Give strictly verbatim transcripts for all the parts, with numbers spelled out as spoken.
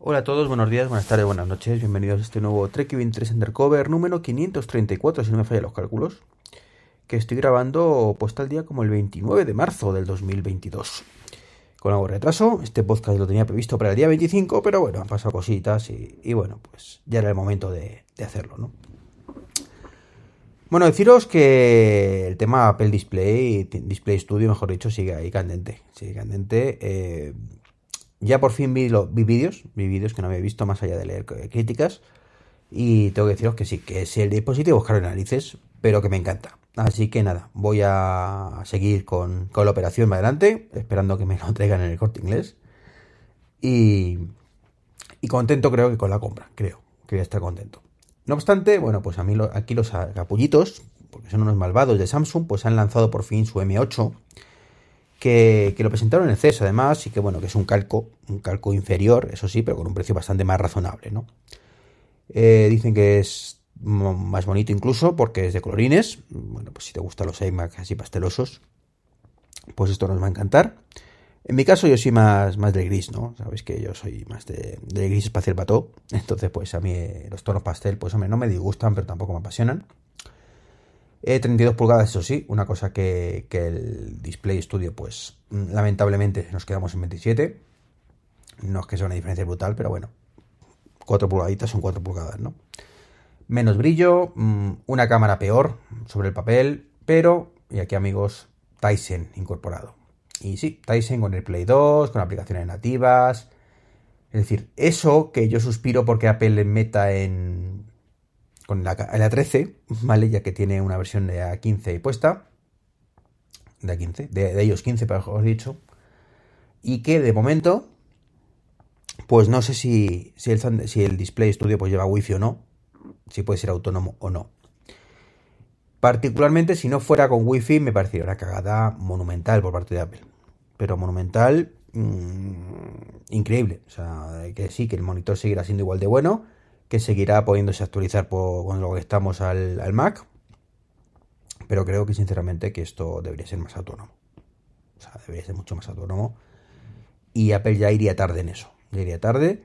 Hola a todos, buenos días, buenas tardes, buenas noches, bienvenidos a este nuevo Trek veintitrés Undercover número quinientos treinta y cuatro, si no me fallan los cálculos, que estoy grabando pues tal día como el veintinueve de marzo del dos mil veintidós. Con algo de retraso, este podcast lo tenía previsto para el día veinticinco, pero bueno, han pasado cositas y, y bueno, pues ya era el momento de, de hacerlo, ¿no? Bueno, deciros que el tema Apple Display, Display Studio, mejor dicho, sigue ahí candente, sigue candente. Eh, ya por fin vi, lo, vi vídeos, vi vídeos que no había visto más allá de leer críticas. Y tengo que deciros que sí, que es el dispositivo es caro de narices, pero que me encanta. Así que nada, voy a seguir con, con la operación más adelante, esperando que me lo traigan en el Corte Inglés. Y, y contento creo que con la compra, creo que voy a estar contento. No obstante, bueno, pues a mí lo, aquí los capullitos, porque son unos malvados de Samsung, pues han lanzado por fin su eme ocho, que, que lo presentaron en el C E S además, y que bueno, que es un calco, un calco inferior, eso sí, pero con un precio bastante más razonable, ¿no? Eh, dicen que es más bonito incluso porque es de colorines. Bueno, pues si te gustan los iMac así pastelosos, pues esto nos va a encantar. En mi caso yo soy más, más de gris, ¿no? Sabéis que yo soy más de, de gris espacial pató. Entonces pues a mí eh, los tonos pastel, pues hombre, no me disgustan, pero tampoco me apasionan. Eh, treinta y dos pulgadas, eso sí, una cosa que, que el Display Studio, pues lamentablemente nos quedamos en veintisiete. No es que sea una diferencia brutal, pero bueno, cuatro pulgaditas son cuatro pulgadas, ¿no? Menos brillo, una cámara peor sobre el papel, pero, y aquí amigos, Tizen incorporado. Y sí, Tizen con el Play dos, con aplicaciones nativas. Es decir, eso que yo suspiro porque Apple meta en con la, la trece, ¿vale? Ya que tiene una versión de A quince puesta. De A quince, de, de iOS quince, para mejor dicho. Y que de momento, pues no sé si, si, el, si el Display Studio pues lleva Wi-Fi o no. Si puede ser autónomo o no. Particularmente si no fuera con Wi-Fi me parecería una cagada monumental por parte de Apple. Pero monumental, mmm, increíble. O sea, que sí, que el monitor seguirá siendo igual de bueno, que seguirá pudiéndose actualizar por, cuando lo estamos al, al Mac. Pero creo que sinceramente que esto debería ser más autónomo. O sea, debería ser mucho más autónomo. Y Apple ya iría tarde en eso. Ya iría tarde.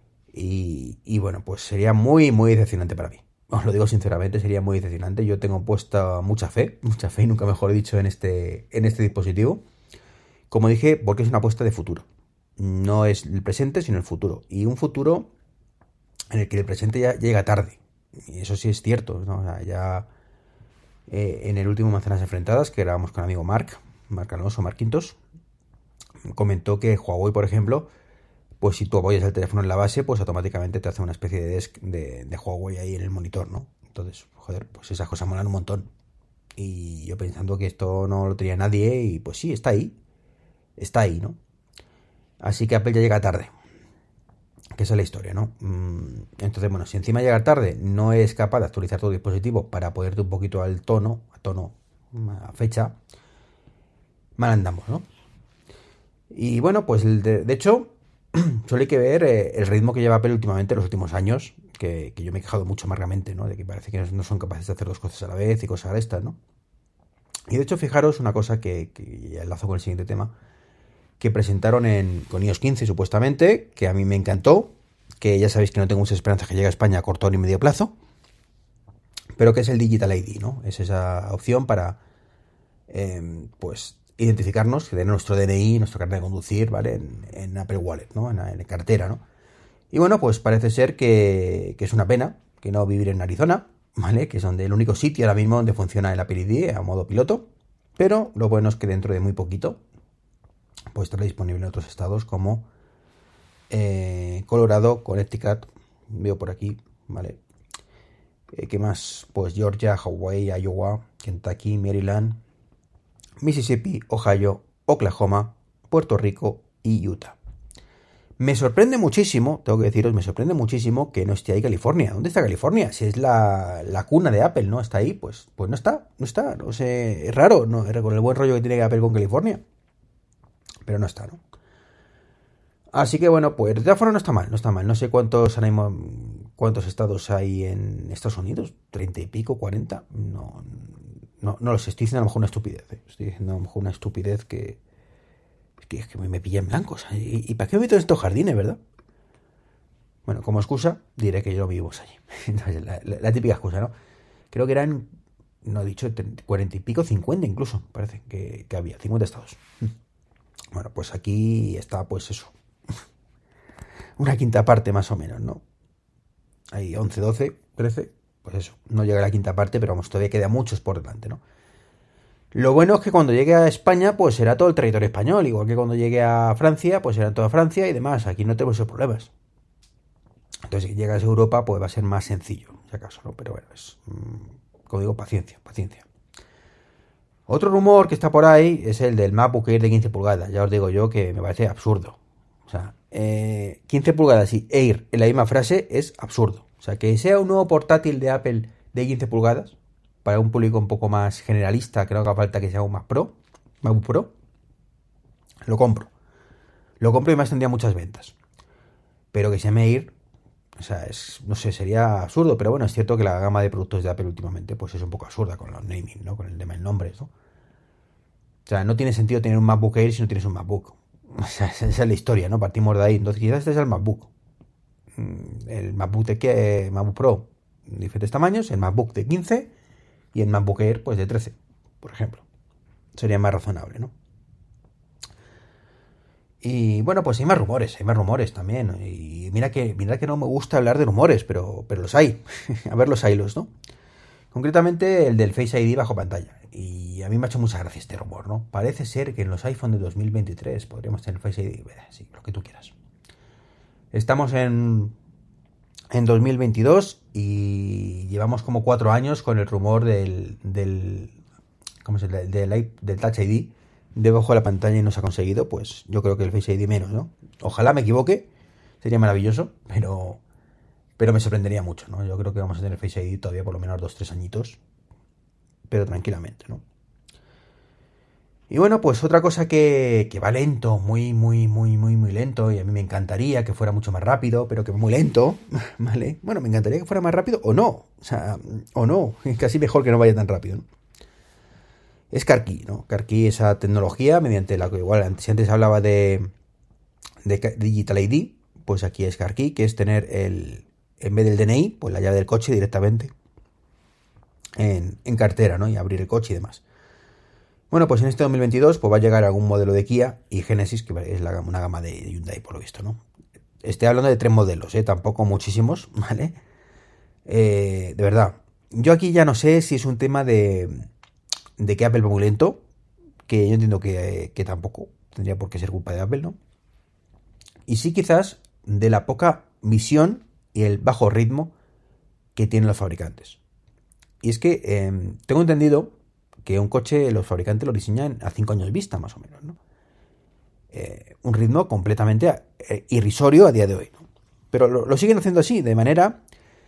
Y, y bueno, pues sería muy, muy decepcionante para mí. Os lo digo sinceramente, sería muy decepcionante. Yo tengo puesta mucha fe, mucha fe, nunca mejor dicho, en este, en este dispositivo. Como dije, porque es una apuesta de futuro. No es el presente, sino el futuro. Y un futuro en el que el presente ya llega tarde. Y eso sí es cierto, ¿no? O sea, ya eh, en el último Manzanas Enfrentadas, que grabamos con el amigo Marc, Marc Alonso, Marc Quintos, comentó que Huawei, por ejemplo, pues si tú apoyas el teléfono en la base, pues automáticamente te hace una especie de desk de, de Huawei ahí en el monitor, ¿no? Entonces, joder, pues esas cosas molan un montón. Y yo pensando que esto no lo tenía nadie, y pues sí, está ahí. Está ahí, ¿no? Así que Apple ya llega tarde. Que esa es la historia, ¿no? Entonces, bueno, si encima llega tarde, no es capaz de actualizar tu dispositivo para poderte un poquito al tono, a tono, a fecha, mal andamos, ¿no? Y bueno, pues de, de hecho, solo hay que ver eh, el ritmo que lleva Apple últimamente en los últimos años, que, que yo me he quejado mucho amargamente, ¿no? De que parece que no son capaces de hacer dos cosas a la vez y cosas de estas, ¿no? Y de hecho, fijaros una cosa que, que ya enlazo con el siguiente tema, que presentaron en, con iOS quince supuestamente, que a mí me encantó, que ya sabéis que no tengo muchas esperanzas que llegue a España a corto ni medio plazo, pero que es el Digital I D, ¿no? Es esa opción para, eh, pues, identificarnos, de nuestro D N I, nuestro carnet de conducir, ¿vale? En, en Apple Wallet, ¿no? En, en cartera, ¿no? Y bueno, pues parece ser que, que es una pena que no vivir en Arizona, ¿vale? Que es donde el único sitio ahora mismo donde funciona el Apple I D a modo piloto, pero lo bueno es que dentro de muy poquito pues estará disponible en otros estados como eh, Colorado, Connecticut, veo por aquí, ¿vale? Eh, ¿Qué más? Pues Georgia, Hawaii, Iowa, Kentucky, Maryland, Mississippi, Ohio, Oklahoma, Puerto Rico y Utah. Me sorprende muchísimo, tengo que deciros, me sorprende muchísimo que no esté ahí California. ¿Dónde está California? Si es la, la cuna de Apple, ¿no? Está ahí, pues, pues no está, no está, no sé, es raro, ¿no? Con el buen rollo que tiene Apple con California. Pero no está, ¿no? Así que bueno, pues de todas formas no está mal, no está mal. No sé cuántos cuántos estados hay en Estados Unidos, treinta y pico, cuarenta. No, no, no lo sé, estoy diciendo a lo mejor una estupidez, ¿eh? Estoy diciendo a lo mejor una estupidez que, que, que me, me pilla en blanco. O sea, ¿y, ¿y para qué me meto en estos jardines, verdad? Bueno, como excusa, diré que yo no vivimos allí. Entonces, la, la, la típica excusa, ¿no? Creo que eran, no he dicho, cuarenta y pico, cincuenta incluso, parece que, que había, cincuenta estados. Bueno, pues aquí está, pues eso, una quinta parte más o menos, ¿no? Hay once, doce, trece, pues eso, no llega a la quinta parte, pero vamos, todavía queda muchos por delante, ¿no? Lo bueno es que cuando llegue a España, pues será todo el territorio español, igual que cuando llegue a Francia, pues será toda Francia y demás, aquí no tenemos esos problemas. Entonces, si llegas a Europa, pues va a ser más sencillo, si acaso, ¿no? Pero bueno, es, como digo, paciencia, paciencia. Otro rumor que está por ahí es el del MacBook Air de quince pulgadas. Ya os digo yo que me parece absurdo. O sea, eh, quince pulgadas y Air en la misma frase es absurdo. O sea, que sea un nuevo portátil de Apple de quince pulgadas, para un público un poco más generalista, que no haga falta que sea un Mac Pro, MacBook Pro, lo compro. Lo compro y más tendría muchas ventas. Pero que se llame Air, o sea, es, no sé, sería absurdo, pero bueno, es cierto que la gama de productos de Apple últimamente pues es un poco absurda con los naming, ¿no? Con el tema de nombres, ¿no? O sea, no tiene sentido tener un MacBook Air si no tienes un MacBook. O sea, esa es la historia, ¿no? Partimos de ahí. Entonces, quizás este es el MacBook. El MacBook de que MacBook Pro, diferentes tamaños, el MacBook de quince y el MacBook Air, pues de trece, por ejemplo. Sería más razonable, ¿no? Y bueno, pues hay más rumores, hay más rumores también. Y mira que, mira que no me gusta hablar de rumores, pero, pero los hay. A ver los haylos, ¿no? Concretamente el del Face I D bajo pantalla. Y a mí me ha hecho mucha gracia este rumor, ¿no? Parece ser que en los iPhone de dos mil veintitrés podríamos tener Face I D. Sí, lo que tú quieras. Estamos en, en dos mil veintidós y llevamos como cuatro años con el rumor del, del ¿cómo se llama? Del, del, del Touch I D debajo de la pantalla y no se ha conseguido. Pues yo creo que el Face I D menos, ¿no? Ojalá me equivoque, sería maravilloso, pero... Pero me sorprendería mucho, ¿no? Yo creo que vamos a tener Face I D todavía por lo menos dos, tres añitos. Pero tranquilamente, ¿no? Y bueno, pues otra cosa que, que va lento, muy, muy, muy, muy, muy lento. Y a mí me encantaría que fuera mucho más rápido, pero que va muy lento, ¿vale? Bueno, me encantaría que fuera más rápido o no. O sea, o no. Es casi mejor que no vaya tan rápido, ¿no? Es CarKey, ¿no? CarKey, esa tecnología mediante la que igual, si antes hablaba de, de Digital I D, pues aquí es CarKey, que es tener el... en vez del D N I, pues la llave del coche directamente en, en cartera, ¿no? Y abrir el coche y demás. Bueno, pues en este dos mil veintidós pues va a llegar algún modelo de Kia y Genesis, que es la, una gama de Hyundai, por lo visto, ¿no? Estoy hablando de tres modelos, ¿eh? Tampoco muchísimos, ¿vale? Eh, de verdad, yo aquí ya no sé si es un tema de, de que Apple va muy lento, que yo entiendo que, que tampoco tendría por qué ser culpa de Apple, ¿no? Y sí quizás de la poca visión y el bajo ritmo que tienen los fabricantes. Y es que eh, tengo entendido que un coche los fabricantes lo diseñan a cinco años vista, más o menos, ¿no? Eh, un ritmo completamente eh, irrisorio a día de hoy, ¿no? Pero lo, lo siguen haciendo así, de manera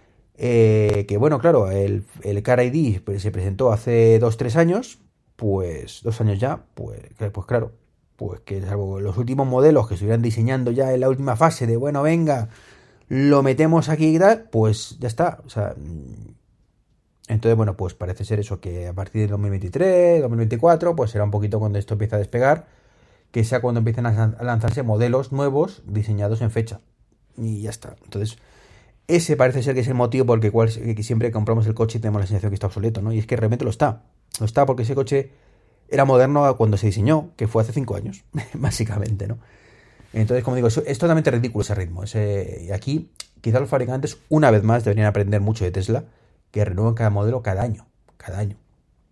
eh, que, bueno, claro, el, el Car I D se presentó hace dos, tres años, pues dos años ya, pues, pues claro, pues que salvo los últimos modelos que estuvieran diseñando ya en la última fase de, bueno, venga, lo metemos aquí y tal, pues ya está, o sea... Entonces, bueno, pues parece ser eso, que a partir de dos mil veintitrés, dos mil veinticuatro, pues será un poquito cuando esto empiece a despegar, que sea cuando empiecen a lanzarse modelos nuevos diseñados en fecha. Y ya está. Entonces, ese parece ser que es el motivo por el cual siempre compramos el coche y tenemos la sensación que está obsoleto, ¿no? Y es que realmente lo está. Lo está porque ese coche era moderno cuando se diseñó, que fue hace cinco años, básicamente, ¿no? Entonces, como digo, es, es totalmente ridículo ese ritmo. Ese, y aquí, quizás los fabricantes, una vez más, deberían aprender mucho de Tesla, que renuevan cada modelo cada año, cada año,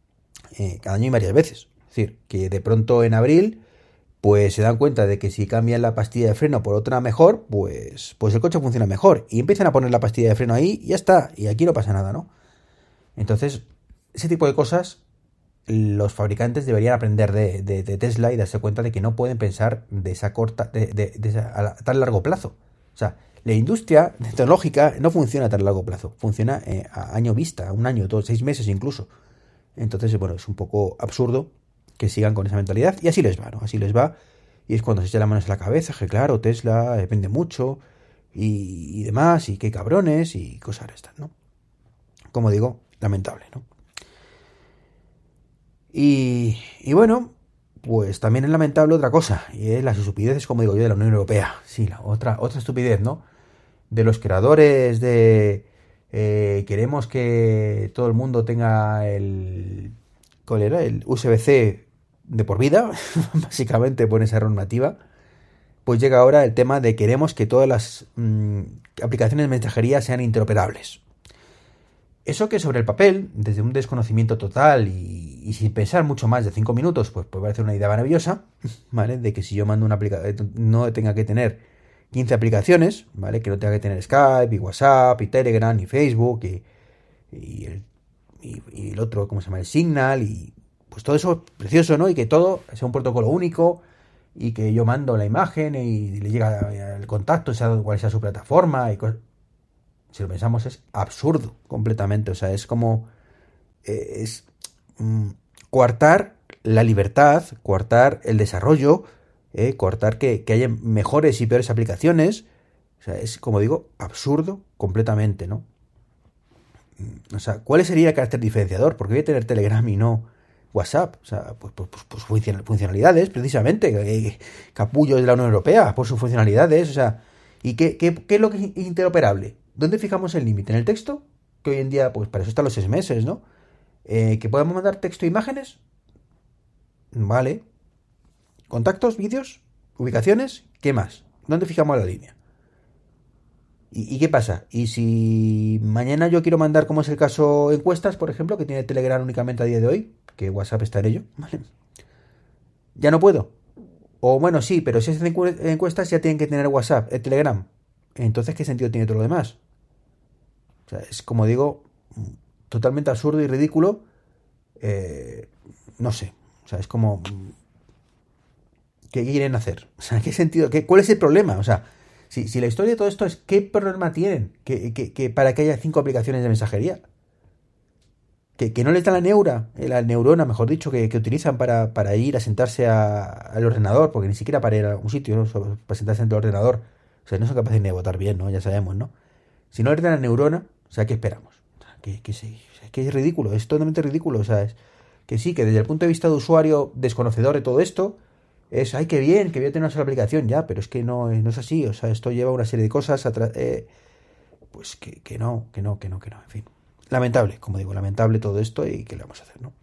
eh, cada año y varias veces. Es decir, que de pronto en abril, pues se dan cuenta de que si cambian la pastilla de freno por otra mejor, pues, pues el coche funciona mejor. Y empiezan a poner la pastilla de freno ahí y ya está. Y aquí no pasa nada, ¿no? Entonces, ese tipo de cosas, los fabricantes deberían aprender de, de, de Tesla y darse cuenta de que no pueden pensar de esa corta, de, de, de esa, a, tan largo plazo. O sea, la industria tecnológica no funciona a tan largo plazo, funciona eh, a año vista, a un año, dos, seis meses incluso. Entonces, bueno, es un poco absurdo que sigan con esa mentalidad y así les va, ¿no? Así les va y es cuando se echan las manos a la cabeza, que claro, Tesla depende mucho y, y demás, y qué cabrones y cosas estas, ¿no? Como digo, lamentable, ¿no? Y, y bueno, pues también es lamentable otra cosa, y es las estupideces, como digo yo, de la Unión Europea. Sí, la otra, otra estupidez, ¿no? de los creadores de eh, queremos que todo el mundo tenga el, ¿cuál era? El U S B C de por vida, básicamente por esa normativa, pues llega ahora el tema de queremos que todas las mmm, aplicaciones de mensajería sean interoperables. Eso que sobre el papel, desde un desconocimiento total y, y sin pensar mucho más de cinco minutos, pues puede parecer una idea maravillosa, ¿vale? De que si yo mando una aplicación, no tenga que tener quince aplicaciones, ¿vale? Que no tenga que tener Skype, y WhatsApp, y Telegram, y Facebook, y, y, el, y, y el otro, ¿cómo se llama? El Signal, y pues todo eso es precioso, ¿no? Y que todo sea un protocolo único, y que yo mando la imagen y le llega el contacto, sea cual sea su plataforma, y cosas. Si lo pensamos es absurdo completamente, o sea, es como eh, es mm, coartar la libertad, coartar el desarrollo, eh, coartar que, que haya mejores y peores aplicaciones, o sea, es como digo, absurdo completamente, ¿no? O sea, ¿cuál sería el carácter diferenciador? ¿Por qué voy a tener Telegram y no WhatsApp? O sea, pues, pues, pues, pues funcionalidades, precisamente, eh, capullos de la Unión Europea, por sus funcionalidades, o sea, ¿y qué, qué, qué es lo que es interoperable? ¿Dónde fijamos el límite? ¿En el texto? Que hoy en día, pues para eso están los S M S, ¿no? Eh, ¿Que podemos mandar texto e imágenes? Vale. ¿Contactos, vídeos, ubicaciones? ¿Qué más? ¿Dónde fijamos la línea? ¿Y, ¿Y qué pasa? ¿Y si mañana yo quiero mandar, como es el caso, encuestas, por ejemplo, que tiene Telegram únicamente a día de hoy, que WhatsApp está en ello, ¿vale? Ya no puedo. O bueno, sí, pero si hacen encuestas ya tienen que tener WhatsApp, el Telegram. Entonces, ¿qué sentido tiene todo lo demás? O sea, es como digo, totalmente absurdo y ridículo. Eh, no sé. O sea, es como... ¿Qué quieren hacer? O sea, ¿qué sentido? ¿Qué, ¿Cuál es el problema? O sea, si, si la historia de todo esto es ¿qué problema tienen que, que, que para que haya cinco aplicaciones de mensajería? Que, que no les da la neura, la neurona, mejor dicho, que, que utilizan para, para ir a sentarse a, al ordenador, porque ni siquiera para ir a un sitio, ¿no? Para sentarse ante el ordenador. O sea, no son capaces ni de votar bien, ¿no? Ya sabemos, ¿no? Si no les da la neurona, o sea, ¿qué esperamos? O sea, que, que, sí, o sea, que es ridículo, es totalmente ridículo. O sea, es que sí, que desde el punto de vista de usuario desconocedor de todo esto, es, ay, qué bien, que voy a tener una sola aplicación, ya, pero es que no, no es así. O sea, esto lleva una serie de cosas, atrás, eh, pues que, que no, que no, que no, que no, en fin. Lamentable, como digo, lamentable todo esto y qué le vamos a hacer, ¿no?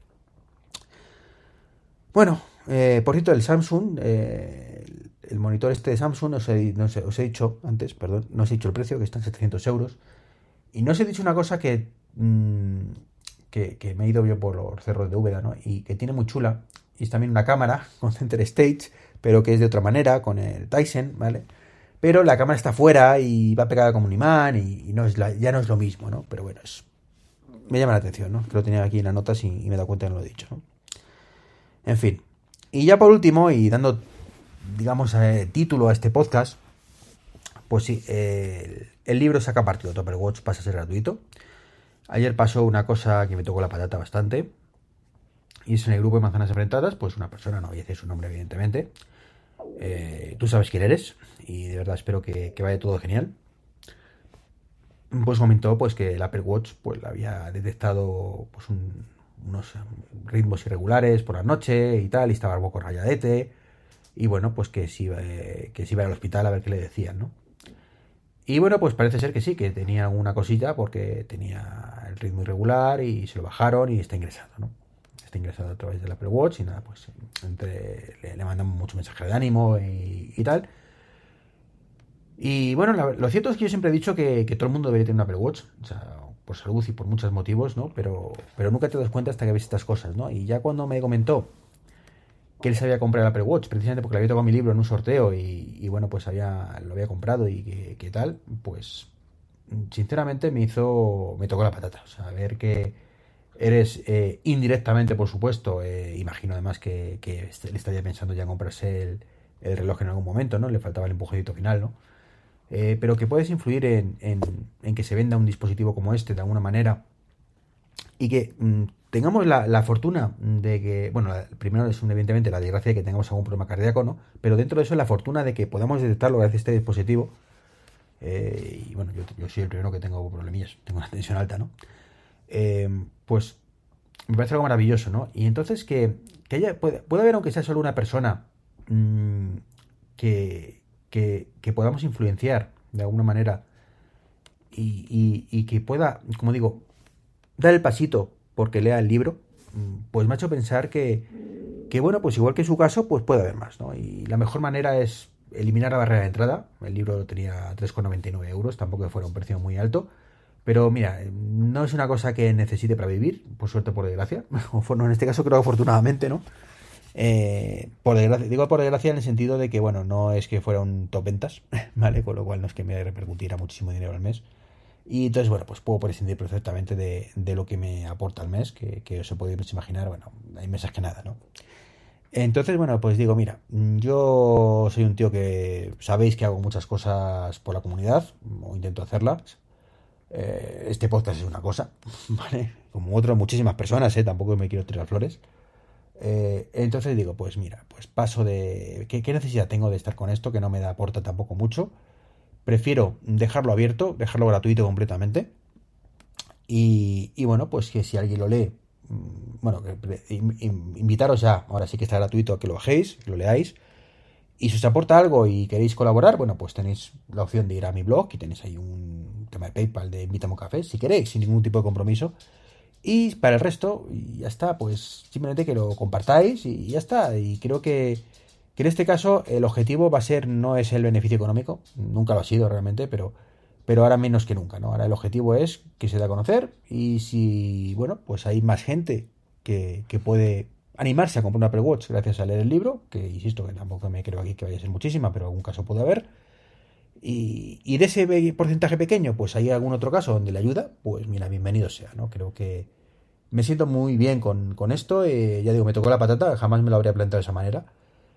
Bueno, eh, por cierto, el Samsung, eh, el, el monitor este de Samsung, os he, no sé, os he dicho antes, perdón, no os he dicho el precio, que está en setecientos euros. Y no os he dicho una cosa que, mmm, que, que me he ido yo por los cerros de Úbeda, ¿no? Y que tiene muy chula. Y es también una cámara con Center Stage, pero que es de otra manera, con el Tizen, ¿vale? Pero la cámara está fuera y va pegada como un imán y, y no es la, ya no es lo mismo, ¿no? Pero bueno, es, me llama la atención, ¿no? Que lo tenía aquí en las notas y, y me he dado cuenta que no lo he dicho, ¿no? En fin. Y ya por último, y dando, digamos, eh, título a este podcast, pues sí, eh, el, el libro saca partido de Apple Watch, pasa a ser gratuito. Ayer pasó una cosa que me tocó la patata bastante. Y es en el grupo de manzanas enfrentadas, pues una persona, no voy a decir su nombre evidentemente, eh, tú sabes quién eres y de verdad espero que, que vaya todo genial. Pues comentó pues que el Apple Watch pues había detectado pues un, unos ritmos irregulares por la noche y tal, y estaba un poco rayadete, y bueno, pues que si, eh, que si iba al hospital a ver qué le decían, ¿no? Y bueno, pues parece ser que sí, que tenía alguna cosilla porque tenía el ritmo irregular y se lo bajaron y está ingresado, ¿no? Está ingresado a través del Apple Watch y nada, pues entre, le, le mandan mucho mensaje de ánimo y, y tal. Y bueno, la, lo cierto es que yo siempre he dicho que, que todo el mundo debería tener un Apple Watch, o sea, por salud y por muchos motivos, ¿no? Pero, pero nunca te das cuenta hasta que ves estas cosas, ¿no? Y ya cuando me comentó que él se había comprado el Apple Watch, precisamente porque le había tocado mi libro en un sorteo y, y bueno, pues había, lo había comprado y que, que tal, pues sinceramente me hizo, me tocó la patata, o sea, ver que eres eh, indirectamente, por supuesto, eh, imagino además que, que él estaría pensando ya en comprarse el, el reloj en algún momento, ¿no? Le faltaba el empujadito final, ¿no? Eh, pero que puedes influir en, en, en que se venda un dispositivo como este de alguna manera y que mmm, tengamos la, la fortuna de que, bueno, la, primero es un, evidentemente la desgracia de que tengamos algún problema cardíaco, ¿no? Pero dentro de eso la fortuna de que podamos detectarlo gracias a este dispositivo. Eh, y bueno, yo, yo soy el primero que tengo problemillas, tengo una tensión alta, ¿no? Eh, pues me parece algo maravilloso, ¿no? Y entonces que, que haya, puede, puede haber, aunque sea solo una persona, mmm, que, que, que podamos influenciar de alguna manera y, y, y que pueda, como digo, dar el pasito porque lea el libro, pues me ha hecho pensar que, que bueno, pues igual que en su caso, pues puede haber más, ¿no? Y la mejor manera es eliminar la barrera de entrada. El libro tenía tres con noventa y nueve euros, tampoco fuera un precio muy alto. Pero mira, no es una cosa que necesite para vivir, por suerte, por desgracia. O no, en este caso creo que afortunadamente, ¿no? Eh, por desgracia, digo por desgracia en el sentido de que, bueno, no es que fuera un top ventas, ¿vale? Con lo cual no es que me repercutiera muchísimo dinero al mes. Y entonces, bueno, pues puedo prescindir perfectamente de, de lo que me aporta al mes, que, que os podéis imaginar, bueno, hay meses que nada, ¿no? Entonces, bueno, pues digo, mira, yo soy un tío que sabéis que hago muchas cosas por la comunidad, o intento hacerlas. Eh, este podcast es una cosa, ¿vale? Como otras muchísimas personas, ¿eh? Tampoco me quiero tirar flores. Eh, entonces digo, pues mira, pues paso de... ¿Qué, ¿Qué necesidad tengo de estar con esto que no me da aporta tampoco mucho? Prefiero dejarlo abierto, dejarlo gratuito completamente. Y, y bueno, pues que si alguien lo lee, mm, bueno, que, in- in- invitaros ya, ahora sí que está gratuito a que lo bajéis, que lo leáis. Y si os aporta algo y queréis colaborar, bueno, pues tenéis la opción de ir a mi blog y tenéis ahí un tema de PayPal de Invítame a un café, si queréis, sin ningún tipo de compromiso. Y para el resto, y ya está, pues simplemente que lo compartáis y ya está. Y creo que, que en este caso el objetivo va a ser, no es el beneficio económico, nunca lo ha sido realmente, pero, pero ahora menos que nunca, ¿no? Ahora el objetivo es que se dé a conocer y si, bueno, pues hay más gente que, que puede animarse a comprar un Apple Watch gracias a leer el libro, que insisto que tampoco me creo aquí que vaya a ser muchísima, pero algún caso puede haber. Y, y de ese be- porcentaje pequeño, pues hay algún otro caso donde le ayuda, pues mira, bienvenido sea, ¿no? Creo que me siento muy bien con, con esto. Eh, ya digo, me tocó la patata, jamás me lo habría planteado de esa manera.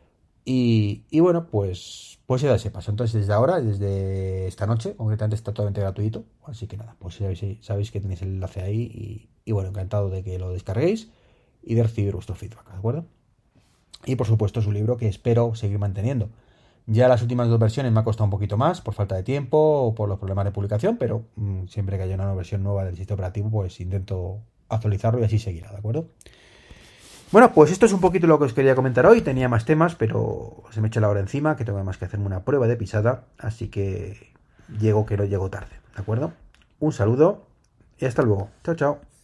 Y, y bueno, pues, pues se da ese paso. Entonces, desde ahora, desde esta noche, concretamente está totalmente gratuito. Así que nada, pues sabéis, sabéis que tenéis el enlace ahí. Y, y bueno, encantado de que lo descarguéis y de recibir vuestro feedback, ¿de acuerdo? Y por supuesto es un libro que espero seguir manteniendo. Ya las últimas dos versiones me ha costado un poquito más por falta de tiempo o por los problemas de publicación, pero mmm, siempre que haya una versión nueva del sistema operativo, pues intento actualizarlo y así seguirá, ¿de acuerdo? Bueno, pues esto es un poquito lo que os quería comentar hoy. Tenía más temas, pero se me echa la hora encima, que tengo más que hacerme una prueba de pisada, así que llego que no llego tarde, ¿de acuerdo? Un saludo y hasta luego. Chao, chao.